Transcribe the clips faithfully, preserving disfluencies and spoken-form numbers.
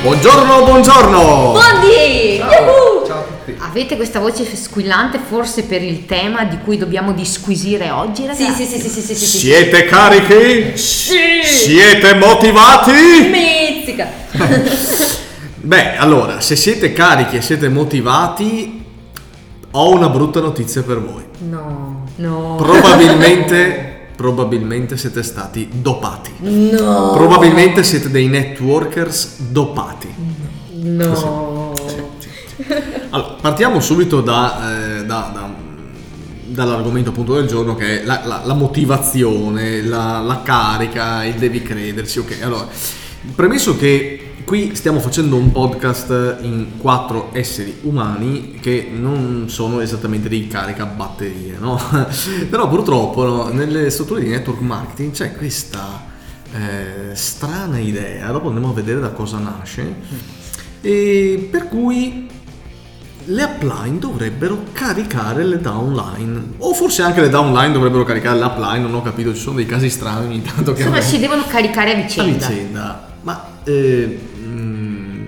Buongiorno, buongiorno! Buondì! Ciao, ciao a tutti. Avete questa voce squillante forse per il tema di cui dobbiamo disquisire oggi, ragazzi? Sì, sì, sì, sì, sì, sì, sì. Siete carichi? Sì! Siete motivati? Mizzica! Beh, allora, se siete carichi e siete motivati, ho una brutta notizia per voi. No, no. Probabilmente... Probabilmente siete stati dopati. No. Probabilmente siete dei networkers dopati. No. Sì, sì, sì. Allora, partiamo subito da, eh, da, da, dall'argomento appunto del giorno, che è la, la, la motivazione, la, la carica, il devi crederci. Ok, allora, premesso che qui stiamo facendo un podcast in quattro esseri umani che non sono esattamente dei caricabatterie, no? Però purtroppo, no, nelle strutture di network marketing c'è questa eh, strana idea, dopo andiamo a vedere da cosa nasce, e per cui le upline dovrebbero caricare le downline, o forse anche le downline dovrebbero caricare le upline, non ho capito, ci sono dei casi strani ogni tanto che Insomma, si devono caricare a vicenda. a vicenda. Ma eh, mm,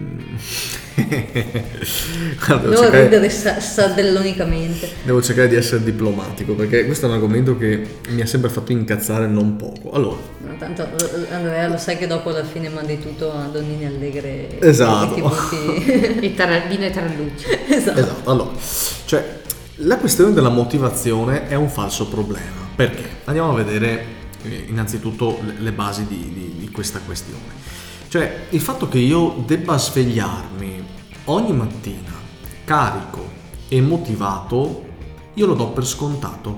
guarda, Non cercare, ridere sa- sadellonicamente. devo cercare di essere diplomatico, perché questo è un argomento che mi ha sempre fatto incazzare non poco. Allora, No, tanto Andrea lo sai che dopo alla fine mandi tutto a Donnine Allegre. Esatto. E ti butti- E Taraldino e Tarallucci. Esatto. esatto, allora, cioè, la questione della motivazione è un falso problema. Perché? Andiamo a vedere eh, innanzitutto le, le basi di, di, di questa questione. Cioè, il fatto che io debba svegliarmi ogni mattina carico e motivato, io lo do per scontato.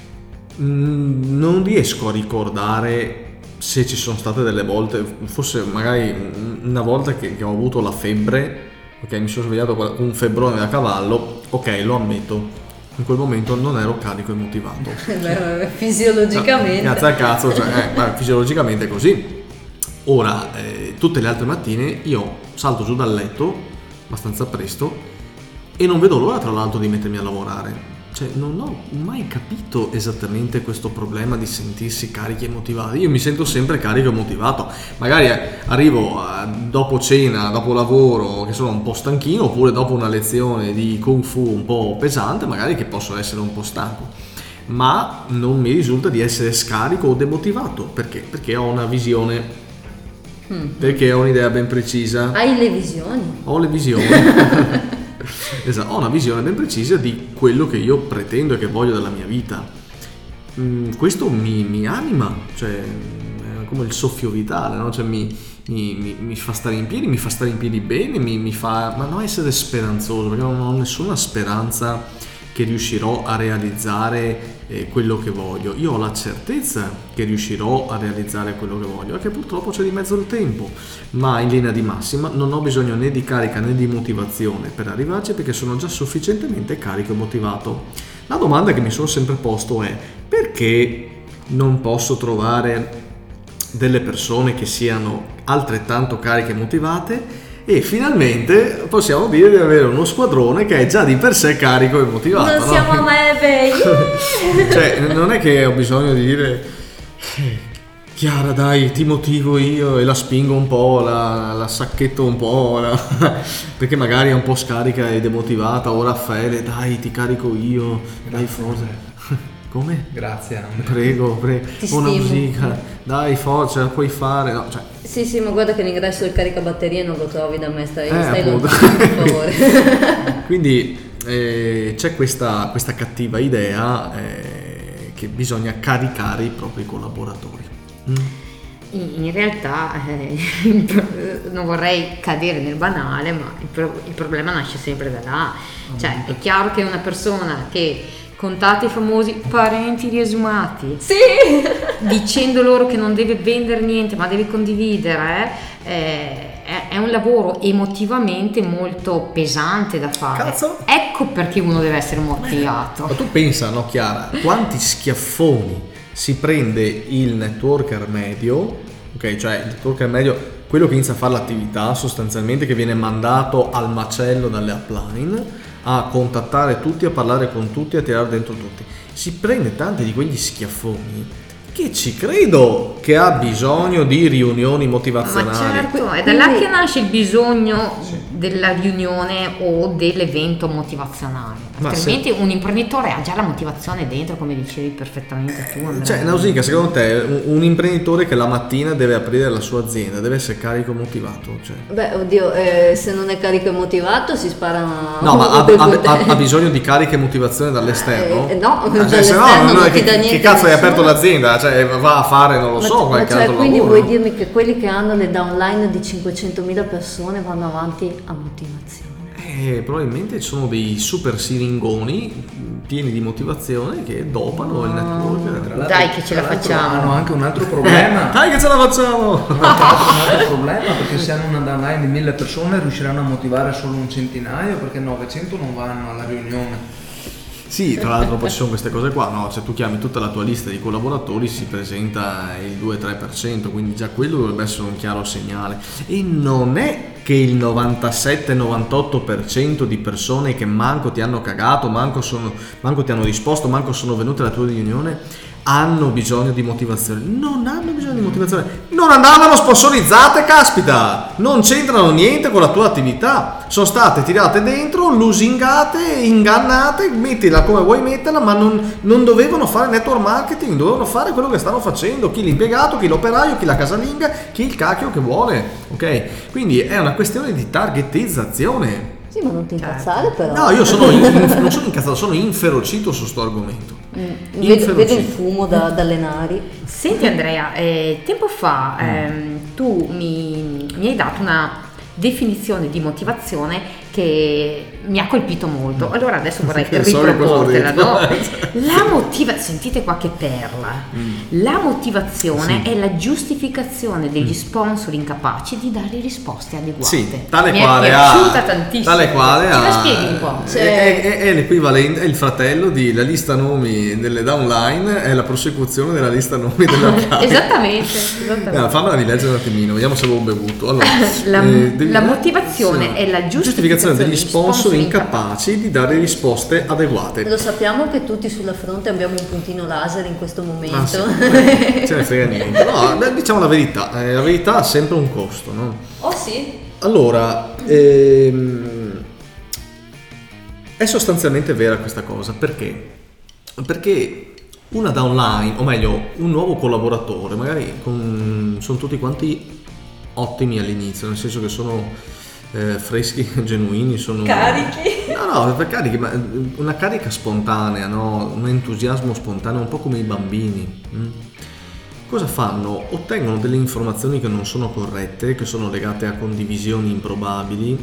Mm, non riesco a ricordare se ci sono state delle volte, forse magari una volta che, che ho avuto la febbre, ok, mi sono svegliato con un febbrone da cavallo, ok, lo ammetto. In quel momento non ero carico e motivato. Beh, fisiologicamente. Cazzo a cazzo, cioè, eh, ma fisiologicamente è così. Ora, eh, tutte le altre mattine io salto giù dal letto abbastanza presto e non vedo l'ora, tra l'altro, di mettermi a lavorare. Cioè, non ho mai capito esattamente questo problema di sentirsi carichi e motivati. Io mi sento sempre carico e motivato. Magari eh, arrivo eh, dopo cena, dopo lavoro, che sono un po' stanchino, oppure dopo una lezione di Kung Fu un po' pesante, magari che posso essere un po' stanco. Ma non mi risulta di essere scarico o demotivato. Perché? Perché ho una visione... Perché ho un'idea ben precisa. Hai le visioni? Ho le visioni. Esatto, ho una visione ben precisa di quello che io pretendo e che voglio dalla mia vita. Mm, questo mi, mi anima, cioè è come il soffio vitale, no? Cioè mi, mi, mi, mi fa stare in piedi, mi fa stare in piedi bene, mi, mi fa, ma non essere speranzoso, perché non ho nessuna speranza che riuscirò a realizzare eh, quello che voglio. Io ho la certezza che riuscirò a realizzare quello che voglio, perché purtroppo c'è di mezzo il tempo, ma in linea di massima non ho bisogno né di carica né di motivazione per arrivarci, perché sono già sufficientemente carico e motivato. La domanda che mi sono sempre posto è: perché non posso trovare delle persone che siano altrettanto cariche e motivate? E finalmente possiamo dire di avere uno squadrone che è già di per sé carico e motivato. Non siamo no? a Mebe. Cioè, non è che ho bisogno di dire Chiara, dai, ti motivo io e la spingo un po', la, la sacchetto un po', la... perché magari è un po' scarica e demotivata, o Raffaele, dai, ti carico io, dai, forza. Come? Grazie Andrea. Prego, prego. Ti Una stimo. musica, dai, forza, la puoi fare. No, cioè, Sì, sì, ma guarda che l'ingresso del caricabatterie non lo trovi da me, stai, Eh, stai appunto. lontano, per favore. quindi eh, c'è questa, questa cattiva idea eh, che bisogna caricare i propri collaboratori. Mm. In, in realtà eh, non vorrei cadere nel banale, ma il, pro- il problema nasce sempre da là. Cioè, è chiaro che una persona che contate i famosi parenti riesumati, Sì! dicendo loro che non deve vendere niente ma deve condividere, eh, è, è un lavoro emotivamente molto pesante da fare. Cazzo! Ecco perché uno deve essere motivato. Ma tu pensa, no, Chiara, quanti schiaffoni si prende il networker medio, ok, cioè il networker medio, quello che inizia a fare l'attività sostanzialmente, che viene mandato al macello dalle upline a contattare tutti, a parlare con tutti, a tirare dentro tutti. Si prende tanti di quegli schiaffoni Perché ci credo che ha bisogno di riunioni motivazionali. Ma certo, è da là che nasce il bisogno sì. della riunione o dell'evento motivazionale. Ma altrimenti se... un imprenditore ha già la motivazione dentro, come dicevi perfettamente tu. Andrea. Cioè, Nausicaa, secondo te un, un imprenditore che la mattina deve aprire la sua azienda deve essere carico e motivato? Cioè... Beh, oddio, eh, se non è carico e motivato si spara. No, ma ha, ha, ha bisogno di carica e motivazione dall'esterno? Eh, no, cioè, dall'esterno no, non no, ti che, dà niente. Che cazzo hai aperto l'azienda? Cioè, va a fare, non lo ma, so, ma qualche cioè, altro quindi lavoro. vuoi dirmi che quelli che hanno le downline di cinquecentomila persone vanno avanti a motivazione? Eh, probabilmente ci sono dei super siringoni pieni di motivazione che dopano il network. Dai che ce la facciamo. Hanno anche un altro problema. Dai che ce la facciamo. Un altro problema, perché se hanno una downline di mille persone riusciranno a motivare solo un centinaio, perché novecento non vanno alla riunione. Sì, tra l'altro poi ci sono queste cose qua, no? Se tu chiami tutta la tua lista di collaboratori si presenta il due tre per cento, quindi già quello dovrebbe essere un chiaro segnale. E non è che il novantasette novantotto per cento di persone che manco ti hanno cagato, manco, sono, manco ti hanno risposto, manco sono venute alla tua riunione hanno bisogno di motivazione. Non hanno bisogno di motivazione, non andavano sponsorizzate, caspita, non c'entrano niente con la tua attività, sono state tirate dentro, lusingate, ingannate, mettila come vuoi metterla, ma non, non dovevano fare network marketing, dovevano fare quello che stanno facendo, chi l'impiegato, chi l'operaio, chi la casalinga, chi il cacchio che vuole, ok? Quindi è una questione di targetizzazione. Sì, ma non ti incazzare però. No, io sono in, non sono incazzato, sono inferocito su sto argomento. Mm, vedo, vedo il fumo da, dalle nari. Senti Andrea, eh, tempo fa ehm, tu mi, mi hai dato una definizione di motivazione che mi ha colpito molto. Allora adesso vorrei riproportela, no? La motivazione, sentite qua che perla. Mm. La motivazione sì. è la giustificazione degli sponsor incapaci di dare risposte adeguate. Sì, tale mi quale è piaciuta ha, tantissimo. Tale quale Ce ha, la spieghi un po'? Cioè, è, è, è l'equivalente, è il fratello di la lista nomi delle downline, è la prosecuzione della lista nomi delle locali. Esattamente, esattamente. No, fammela rileggere un attimino, vediamo se avevo bevuto. Allora, la, eh, devi, la motivazione sì. è la giustificazione degli sponsor incapaci di dare risposte adeguate. Lo sappiamo che tutti sulla fronte abbiamo un puntino laser in questo momento. Ah, sì. Ce ne frega niente. No, beh, diciamo la verità, eh, la verità ha sempre un costo, no? Oh sì. Allora, ehm, è sostanzialmente vera questa cosa, perché? Perché una downline, o meglio, un nuovo collaboratore, magari con, sono tutti quanti ottimi all'inizio, nel senso che sono Eh, freschi, genuini, sono carichi. No, no, per carichi, ma una carica spontanea, no? Un entusiasmo spontaneo, un po' come i bambini. Mm? Cosa fanno? Ottengono delle informazioni che non sono corrette, che sono legate a condivisioni improbabili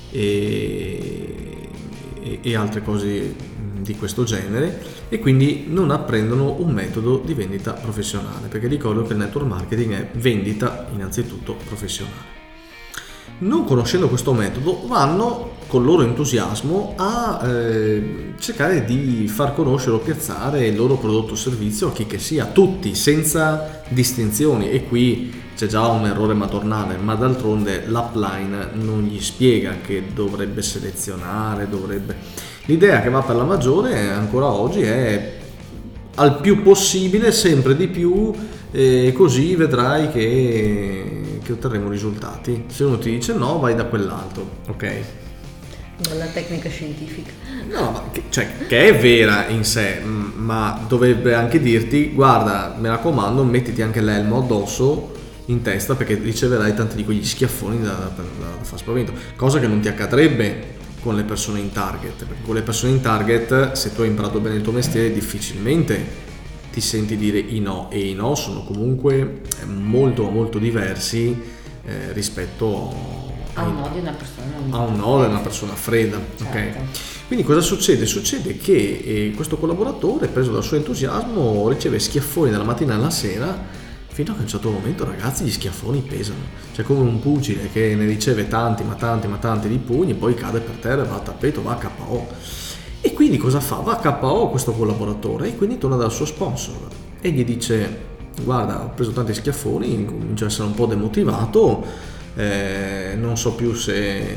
e, e, e altre cose di questo genere, e quindi non apprendono un metodo di vendita professionale, perché ricordo che il network marketing è vendita innanzitutto professionale. Non conoscendo questo metodo vanno con il loro entusiasmo a eh, cercare di far conoscere o piazzare il loro prodotto o servizio a chi che sia, tutti, senza distinzioni, e qui c'è già un errore madornale, ma d'altronde l'upline non gli spiega che dovrebbe selezionare, dovrebbe... L'idea che va per la maggiore ancora oggi è al più possibile, sempre di più, e così vedrai che, che otterremo risultati. Se uno ti dice no, vai da quell'altro, ok? Dalla tecnica scientifica. No, ma che, cioè, che è vera in sé, ma dovrebbe anche dirti: guarda, mi raccomando, mettiti anche l'elmo addosso in testa, perché riceverai tanti di quegli schiaffoni da, da, da far spavento, cosa che non ti accadrebbe con le persone in target, perché con le persone in target, se tu hai imparato bene il tuo mestiere, difficilmente ti senti dire i no, e i no sono comunque molto molto diversi eh, rispetto a un no di una persona a un no di una persona fredda, certo. Ok? Quindi cosa succede? Succede che eh, questo collaboratore, preso dal suo entusiasmo, riceve schiaffoni dalla mattina alla sera, fino a che a un certo momento, ragazzi, gli schiaffoni pesano. Cioè, come un pugile che ne riceve tanti ma tanti ma tanti di pugni, poi cade per terra, va a tappeto, va a K O. E quindi cosa fa? Va a K O questo collaboratore e quindi torna dal suo sponsor e gli dice: guarda, ho preso tanti schiaffoni, comincio a essere un po' demotivato, eh, non so più se,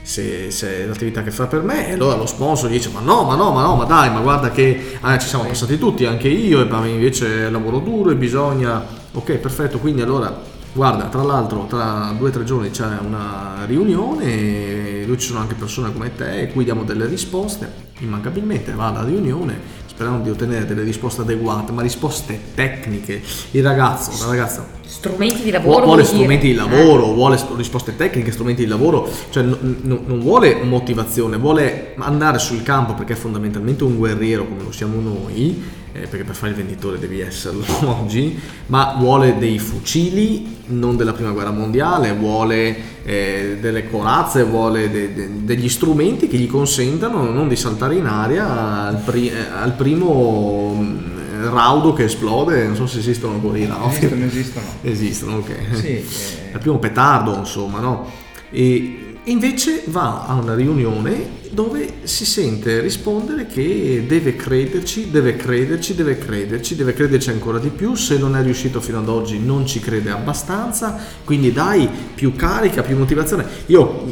se, se è l'attività che fa per me, e allora lo sponsor dice ma no, ma no, ma no, ma dai, ma guarda che ah, ci siamo passati tutti, anche io, e ma invece lavoro duro e bisogna, ok, perfetto, quindi allora guarda, tra l'altro tra due o tre giorni c'è una riunione, dove ci sono anche persone come te, e cui diamo delle risposte. Immancabilmente va alla riunione sperando di ottenere delle risposte adeguate, ma risposte tecniche. Il ragazzo, la ragazza strumenti di lavoro, vuole vuol strumenti dire. di lavoro, vuole risposte tecniche, strumenti di lavoro, cioè n- n- non vuole motivazione, vuole andare sul campo perché è fondamentalmente un guerriero come lo siamo noi, eh, perché per fare il venditore devi esserlo oggi, ma vuole dei fucili non della prima guerra mondiale, vuole eh, delle corazze, vuole de- de- degli strumenti che gli consentano non di saltare in aria al, pri- eh, al primo mh, raudo che esplode. Non so se esistono ancora i raudi. Esistono, esistono. Esistono, ok. Sì, eh. Al primo petardo, insomma, no? E invece va a una riunione dove si sente rispondere che deve crederci, deve crederci, deve crederci, deve crederci ancora di più. Se non è riuscito fino ad oggi non ci crede abbastanza, quindi dai più carica, più motivazione. Io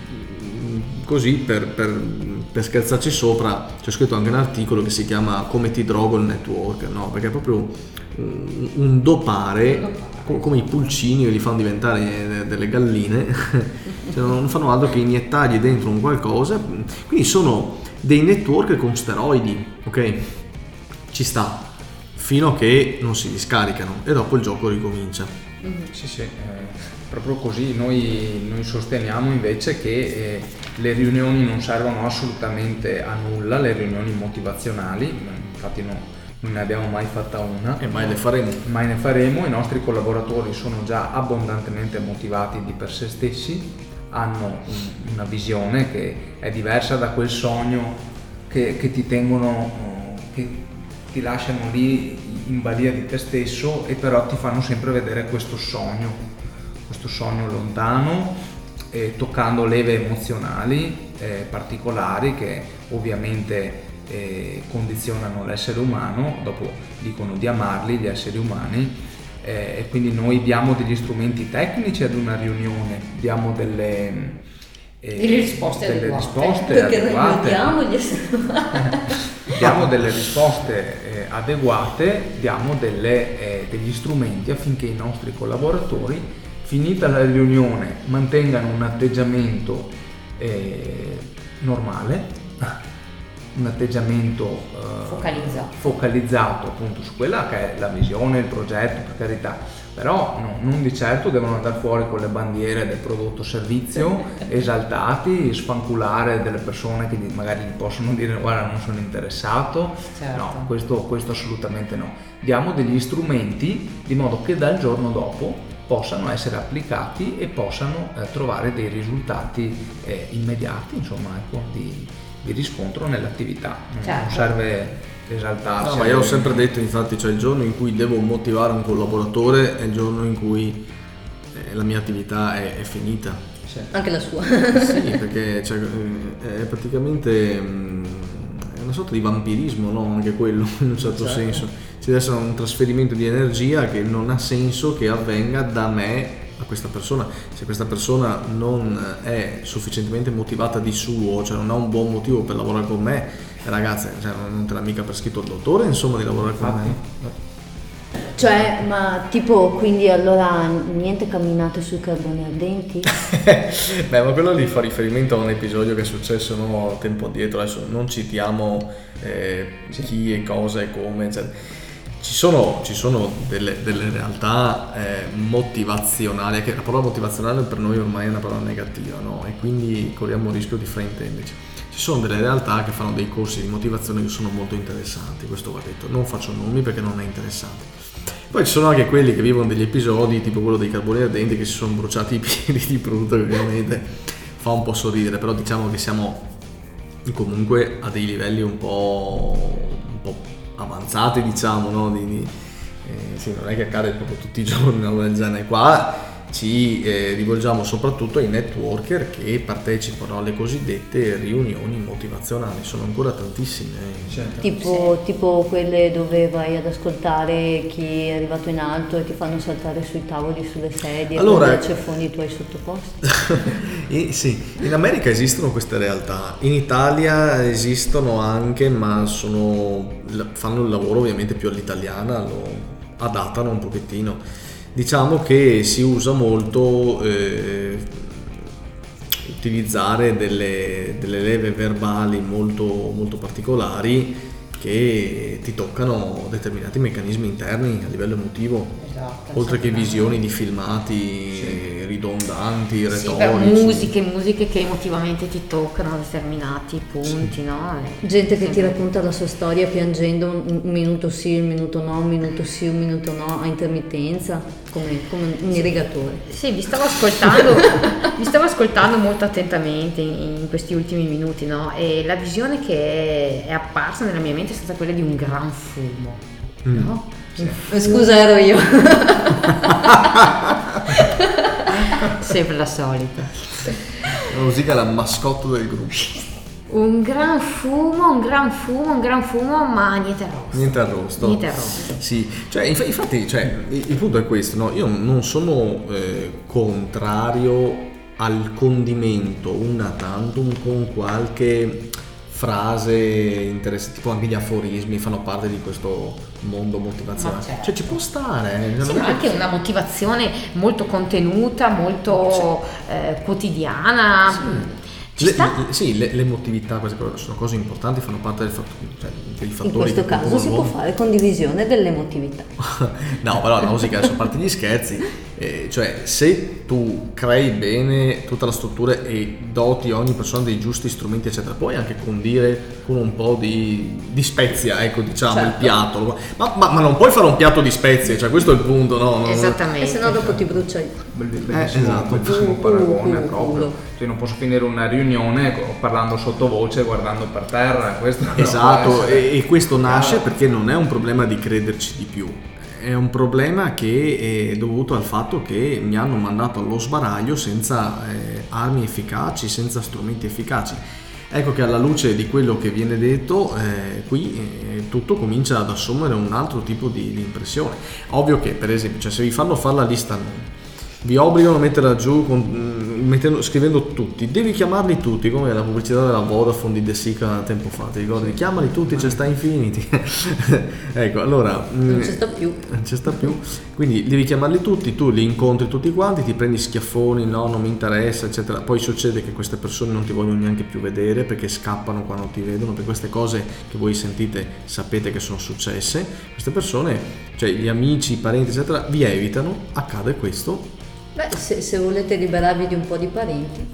così per, per, per scherzarci sopra c'è scritto anche un articolo che si chiama Come ti drogo il network, no? Perché è proprio un, un dopare come i pulcini che li fanno diventare delle galline, cioè non fanno altro che iniettargli dentro un qualcosa, quindi sono dei network con steroidi, ok? Ci sta, fino a che non si discaricano e dopo il gioco ricomincia. Sì, sì, eh, proprio così. Noi, noi sosteniamo invece che eh, le riunioni non servono assolutamente a nulla, le riunioni motivazionali, infatti no, non ne abbiamo mai fatta una e mai ne faremo. Mai ne faremo. I nostri collaboratori sono già abbondantemente motivati di per sé stessi, hanno un, una visione che è diversa da quel sogno che, che ti tengono, che ti lasciano lì in balia di te stesso, e però ti fanno sempre vedere questo sogno, questo sogno lontano, eh, toccando leve emozionali eh, particolari che ovviamente eh, condizionano l'essere umano. Dopo dicono di amarli gli esseri umani, eh, e quindi noi diamo degli strumenti tecnici ad una riunione, diamo delle eh, delle risposte delle adeguate, risposte perché adeguate. noi diamo gli esseri diamo delle risposte eh, adeguate, diamo delle, eh, degli strumenti affinché i nostri collaboratori, finita la riunione, mantengano un atteggiamento eh, normale, un atteggiamento eh, focalizzato. focalizzato appunto su quella che è la visione, il progetto, per carità, però no, non di certo devono andare fuori con le bandiere del prodotto servizio esaltati, sfanculare delle persone che magari gli possono dire guarda non sono interessato. Certo. No, questo, questo assolutamente no. Diamo degli strumenti di modo che dal giorno dopo possano essere applicati e possano eh, trovare dei risultati eh, immediati, insomma, ecco, di, di riscontro nell'attività. Non, certo. non serve esaltarsi. No, ma io ho sempre detto, infatti, cioè il giorno in cui devo motivare un collaboratore è il giorno in cui eh, la mia attività è, è finita. Sì. Anche la sua. Sì, perché cioè, è praticamente mh, è una sorta di vampirismo, no? Anche quello, in un certo certo. senso. Ci deve essere un trasferimento di energia che non ha senso che avvenga da me a questa persona. Se questa persona non è sufficientemente motivata di suo, cioè non ha un buon motivo per lavorare con me, ragazzi, cioè, non te l'ha mica prescritto il dottore, insomma, di lavorare con Infatti. me. Cioè, ma tipo, quindi allora niente camminate sui carboni ardenti? Beh, ma quello lì fa riferimento a un episodio che è successo no, tempo addietro, adesso non citiamo eh, chi e cosa e come, eccetera. Ci sono, ci sono delle, delle realtà eh, motivazionali, che la parola motivazionale per noi ormai è una parola negativa, no? E quindi corriamo il rischio di fraintenderci. Ci sono delle realtà che fanno dei corsi di motivazione che sono molto interessanti, questo va detto, non faccio nomi perché non è interessante. Poi ci sono anche quelli che vivono degli episodi tipo quello dei carboni ardenti, che si sono bruciati i piedi di brutto, che ovviamente fa un po' sorridere, però diciamo che siamo comunque a dei livelli un po', un po' avanzati, diciamo, no? Di, di, eh, sì, non è che accade proprio tutti i giorni una roba del genere. Qua ci eh, rivolgiamo soprattutto ai networker che partecipano alle cosiddette riunioni motivazionali. Sono ancora tantissime. Certo. Tipo, tipo quelle dove vai ad ascoltare chi è arrivato in alto e ti fanno saltare sui tavoli, sulle sedie, allora, con i ceffoni tuoi sottoposti. e, sì, in America esistono queste realtà, in Italia esistono anche, ma sono, fanno il lavoro ovviamente più all'italiana, lo adattano un pochettino. Diciamo che si usa molto eh, utilizzare delle, delle leve verbali molto, molto particolari che ti toccano determinati meccanismi interni a livello emotivo, Esatto, oltre che esattamente. visioni di filmati sì. ridondanti, Sì, retorici. per musiche, musiche che emotivamente ti toccano determinati punti, Sì. no? E Gente che ti sempre- racconta la sua storia piangendo un un minuto sì, un minuto no, un minuto sì, un minuto no, a intermittenza, come, come un irrigatore. Sì, vi stavo ascoltando, vi stavo ascoltando molto attentamente in, in questi ultimi minuti, no? E la visione che è, è apparsa nella mia mente è stata quella di un gran fumo, Mm. no? Eh, Scusa, ero io. Sempre la solita. La musica è la mascotte del gruppo. Un gran fumo, un gran fumo, un gran fumo, ma niente arrosto. Niente arrosto. Niente arrosto. Sì, cioè, inf- infatti cioè, il, il punto è questo, no? Io non sono eh, contrario al condimento una tantum con qualche frase interessante, tipo anche gli aforismi fanno parte di questo mondo motivazionale. Ma certo. Cioè ci può stare. eh, Sì, non è ma che- anche una motivazione molto contenuta, molto eh, quotidiana. Ci Le- sta? le- sì, le- l'emotività, queste cose sono cose importanti, fanno parte del fatto, cioè, dei fattori In questo che caso compongono si può l'uomo. fare condivisione dell'emotività. No, però la musica, adesso a parte gli scherzi, eh, cioè se tu crei bene tutta la struttura e doti ogni persona dei giusti strumenti eccetera, puoi anche condire con un po' di, di spezia, ecco, diciamo, il Certo. piatto, ma, ma- ma non puoi fare un piatto di spezie, cioè questo è il punto, no? No, no. Esattamente. E se no dopo ti brucia il... Bellissimo, Eh, esatto. bellissimo Uh, paragone uh, uh, proprio. uh. Cioè, non posso finire una riunione co- parlando sottovoce, guardando per terra. Questo non Esatto, può essere. e, e questo nasce Chiaro. perché non è un problema di crederci di più, è un problema che è dovuto al fatto che mi hanno mandato allo sbaraglio senza eh, armi efficaci, senza strumenti efficaci. Ecco che alla luce di quello che viene detto, eh, qui eh, tutto comincia ad assumere un altro tipo di, di impressione. Ovvio che, per esempio, cioè, se vi fanno fare la lista nomi, vi obbligano a metterla giù con, mm, mettendo- scrivendo tutti, devi chiamarli tutti, come la pubblicità della Vodafone di De Sica tempo fa, ti ricordi? Chiamali tutti, c'è sta Infinity. Ecco, allora Non mm, ci sta più. non ci sta più, quindi devi chiamarli tutti, tu li incontri tutti quanti, ti prendi schiaffoni, no, non mi interessa, eccetera. Poi succede che queste persone non ti vogliono neanche più vedere perché scappano quando ti vedono, per queste cose che voi sentite sapete che sono successe. Queste persone, cioè gli amici, i parenti, eccetera, vi evitano, accade questo Beh, se, se volete liberarvi di un po' di parenti.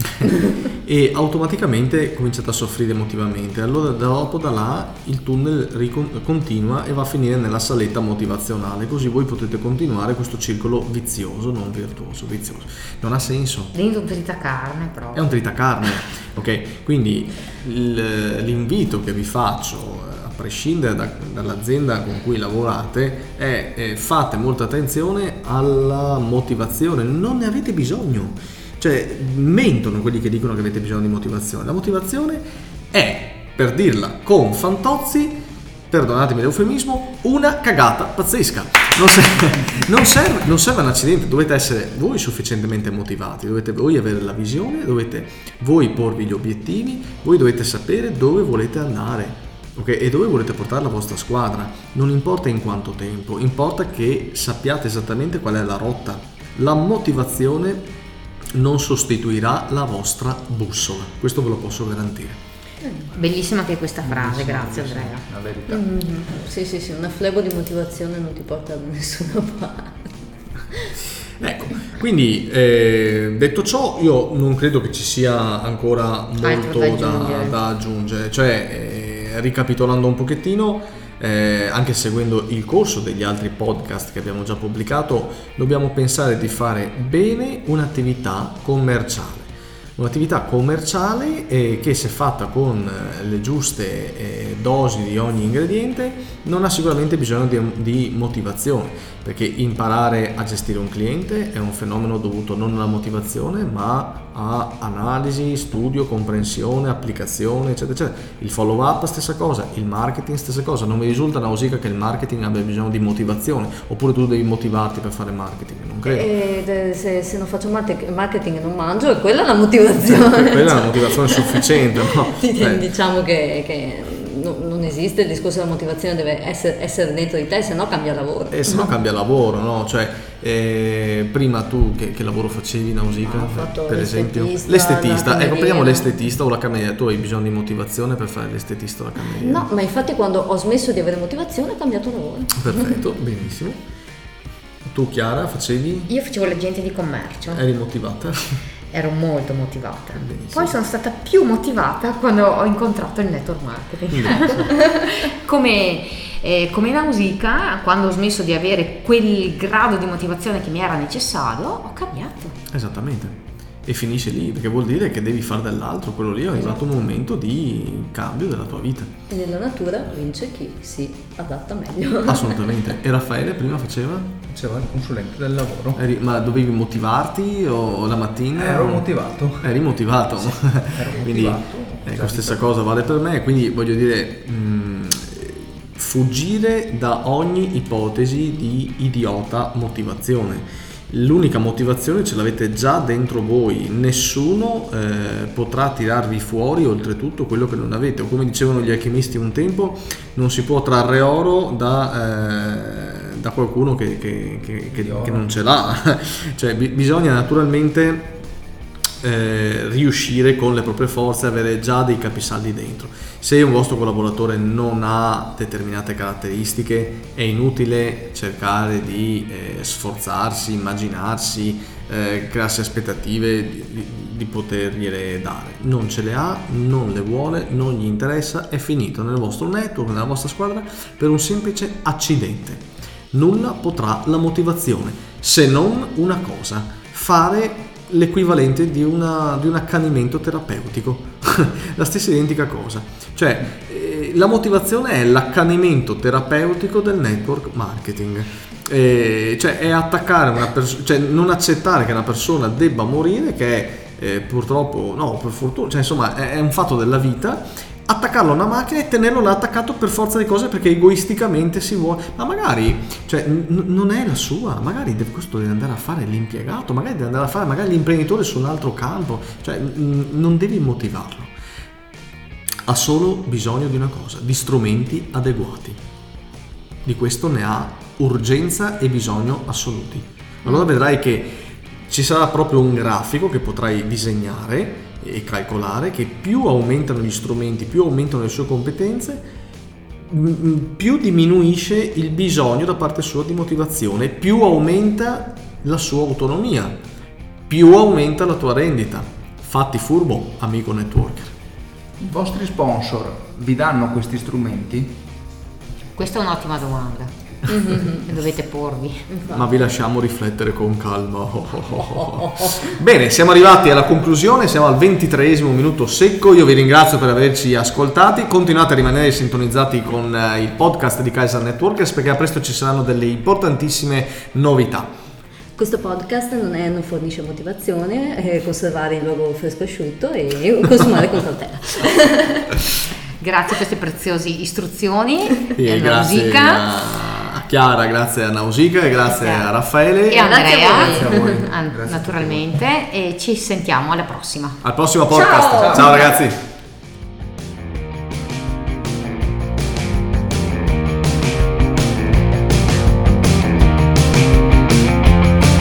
e automaticamente cominciate a soffrire emotivamente. Allora dopo da là il tunnel ricon- continua e va a finire nella saletta motivazionale, così voi potete continuare questo circolo vizioso, non virtuoso, vizioso. Non ha senso. Dentro un tritacarne È proprio. un tritacarne, ok? Quindi il- l'invito che vi faccio, a prescindere da- dall'azienda con cui lavorate, è eh, fate molta attenzione alla motivazione, non ne avete bisogno. Cioè, mentono quelli che dicono che avete bisogno di motivazione. La motivazione è, per dirla con Fantozzi, perdonatemi l'eufemismo, una cagata pazzesca. Non serve, non serve, non serve un accidente, dovete essere voi sufficientemente motivati, dovete voi avere la visione, dovete voi porvi gli obiettivi, voi dovete sapere dove volete andare. Ok, e dove volete portare la vostra squadra? Non importa in quanto tempo, importa che sappiate esattamente qual è la rotta. La motivazione non sostituirà la vostra bussola, questo ve lo posso garantire. Bellissima anche questa frase, grazie Andrea. La verità. Mm, sì, sì, sì, una flebo di motivazione non ti porta da nessuna parte. Ecco, quindi eh, detto ciò, io non credo che ci sia ancora molto da da, aggiungere. da aggiungere, cioè eh, ricapitolando un pochettino, eh, anche seguendo il corso degli altri podcast che abbiamo già pubblicato, dobbiamo pensare di fare bene un'attività commerciale. un'attività commerciale eh, che, se fatta con le giuste eh, dosi di ogni ingrediente, non ha sicuramente bisogno di, di motivazione, perché imparare a gestire un cliente è un fenomeno dovuto non alla motivazione ma a analisi, studio, comprensione, applicazione, eccetera, eccetera. Il follow up stessa cosa, il marketing stessa cosa. Non mi risulta, Nausicaa, che il marketing abbia bisogno di motivazione, oppure tu devi motivarti per fare marketing, non credo. E se, se non faccio marketing e non mangio, è quella la motivazione. Quella è una motivazione sufficiente, no? Diciamo che, che non esiste il discorso della motivazione, deve essere, essere dentro di te, se no cambia lavoro. E se no cambia lavoro, no? Cioè, eh, prima tu che, che lavoro facevi, Nausicaa? Ho fatto per esempio? l'estetista, L'estetista, la ecco, prendiamo cameriera. l'estetista o la cameriera. Tu hai bisogno di motivazione per fare l'estetista o la cameriera? No, ma infatti quando ho smesso di avere motivazione ho cambiato lavoro. Perfetto, benissimo. Tu, Chiara, facevi? Io facevo l'agente di commercio. Eri motivata? Ero molto motivata. Benissimo. Poi sono stata più motivata quando ho incontrato il network marketing. come, eh, come Nausicaa, quando ho smesso di avere quel grado di motivazione che mi era necessario, ho cambiato. Esattamente. E finisce lì, perché vuol dire che devi fare dell'altro, quello lì è arrivato un momento di cambio della tua vita. E nella natura vince chi si adatta meglio. Assolutamente. E Raffaele prima faceva? Faceva il consulente del lavoro. Eri, ma dovevi motivarti o la mattina? Ero motivato. Eri motivato. Ero Quindi motivato. ecco, stessa cosa vale per me, quindi voglio dire, mh, fuggire da ogni ipotesi di idiota motivazione. L'unica motivazione ce l'avete già dentro voi, nessuno eh, potrà tirarvi fuori oltretutto quello che non avete, o come dicevano gli alchimisti un tempo, non si può trarre oro da, eh, da qualcuno che, che, che, che, che non ce l'ha. Cioè bi- bisogna naturalmente eh, riuscire con le proprie forze, avere già dei capisaldi dentro. Se un vostro collaboratore non ha determinate caratteristiche, è inutile cercare di eh, sforzarsi, immaginarsi, eh, crearsi aspettative di, di, di potergliele dare. Non ce le ha, non le vuole, non gli interessa, è finito nel vostro network, nella vostra squadra per un semplice accidente. Nulla potrà la motivazione, se non una cosa: fare l'equivalente di, una, di un accanimento terapeutico. La stessa identica cosa, cioè eh, la motivazione è l'accanimento terapeutico del network marketing, eh, cioè è attaccare una persona, cioè non accettare che una persona debba morire, che è eh, purtroppo, no, per fortuna, cioè insomma è, è un fatto della vita, attaccarlo a una macchina e tenerlo là attaccato per forza di cose perché egoisticamente si vuole, ma magari cioè, n- non è la sua, magari deve, questo deve andare a fare l'impiegato, magari deve andare a fare magari l'imprenditore su un altro campo, cioè n- non devi motivarlo, ha solo bisogno di una cosa: di strumenti adeguati. Di questo ne ha urgenza e bisogno assoluti. Allora vedrai che ci sarà proprio un grafico che potrai disegnare e calcolare, che più aumentano gli strumenti, più aumentano le sue competenze, più diminuisce il bisogno da parte sua di motivazione, più aumenta la sua autonomia, più aumenta la tua rendita. Fatti furbo, amico networker. I vostri sponsor vi danno questi strumenti? Questa è un'ottima domanda. Dovete porvi. Ma vi lasciamo riflettere con calma. Oh, oh, oh, oh. Bene, siamo arrivati alla conclusione, siamo al ventitreesimo minuto secco. Io vi ringrazio per averci ascoltati. Continuate a rimanere sintonizzati con il podcast di Kaiser Networkers, perché a presto ci saranno delle importantissime novità. Questo podcast non, è, non fornisce motivazione, è conservare il logo fresco asciutto e consumare con cautela. Grazie per queste preziose istruzioni. E grazie a Chiara, grazie a Nausicaa e grazie, grazie a Raffaele e Andrea, grazie a voi. naturalmente, e ci sentiamo alla prossima. Al prossimo podcast. Ciao, Ciao ragazzi.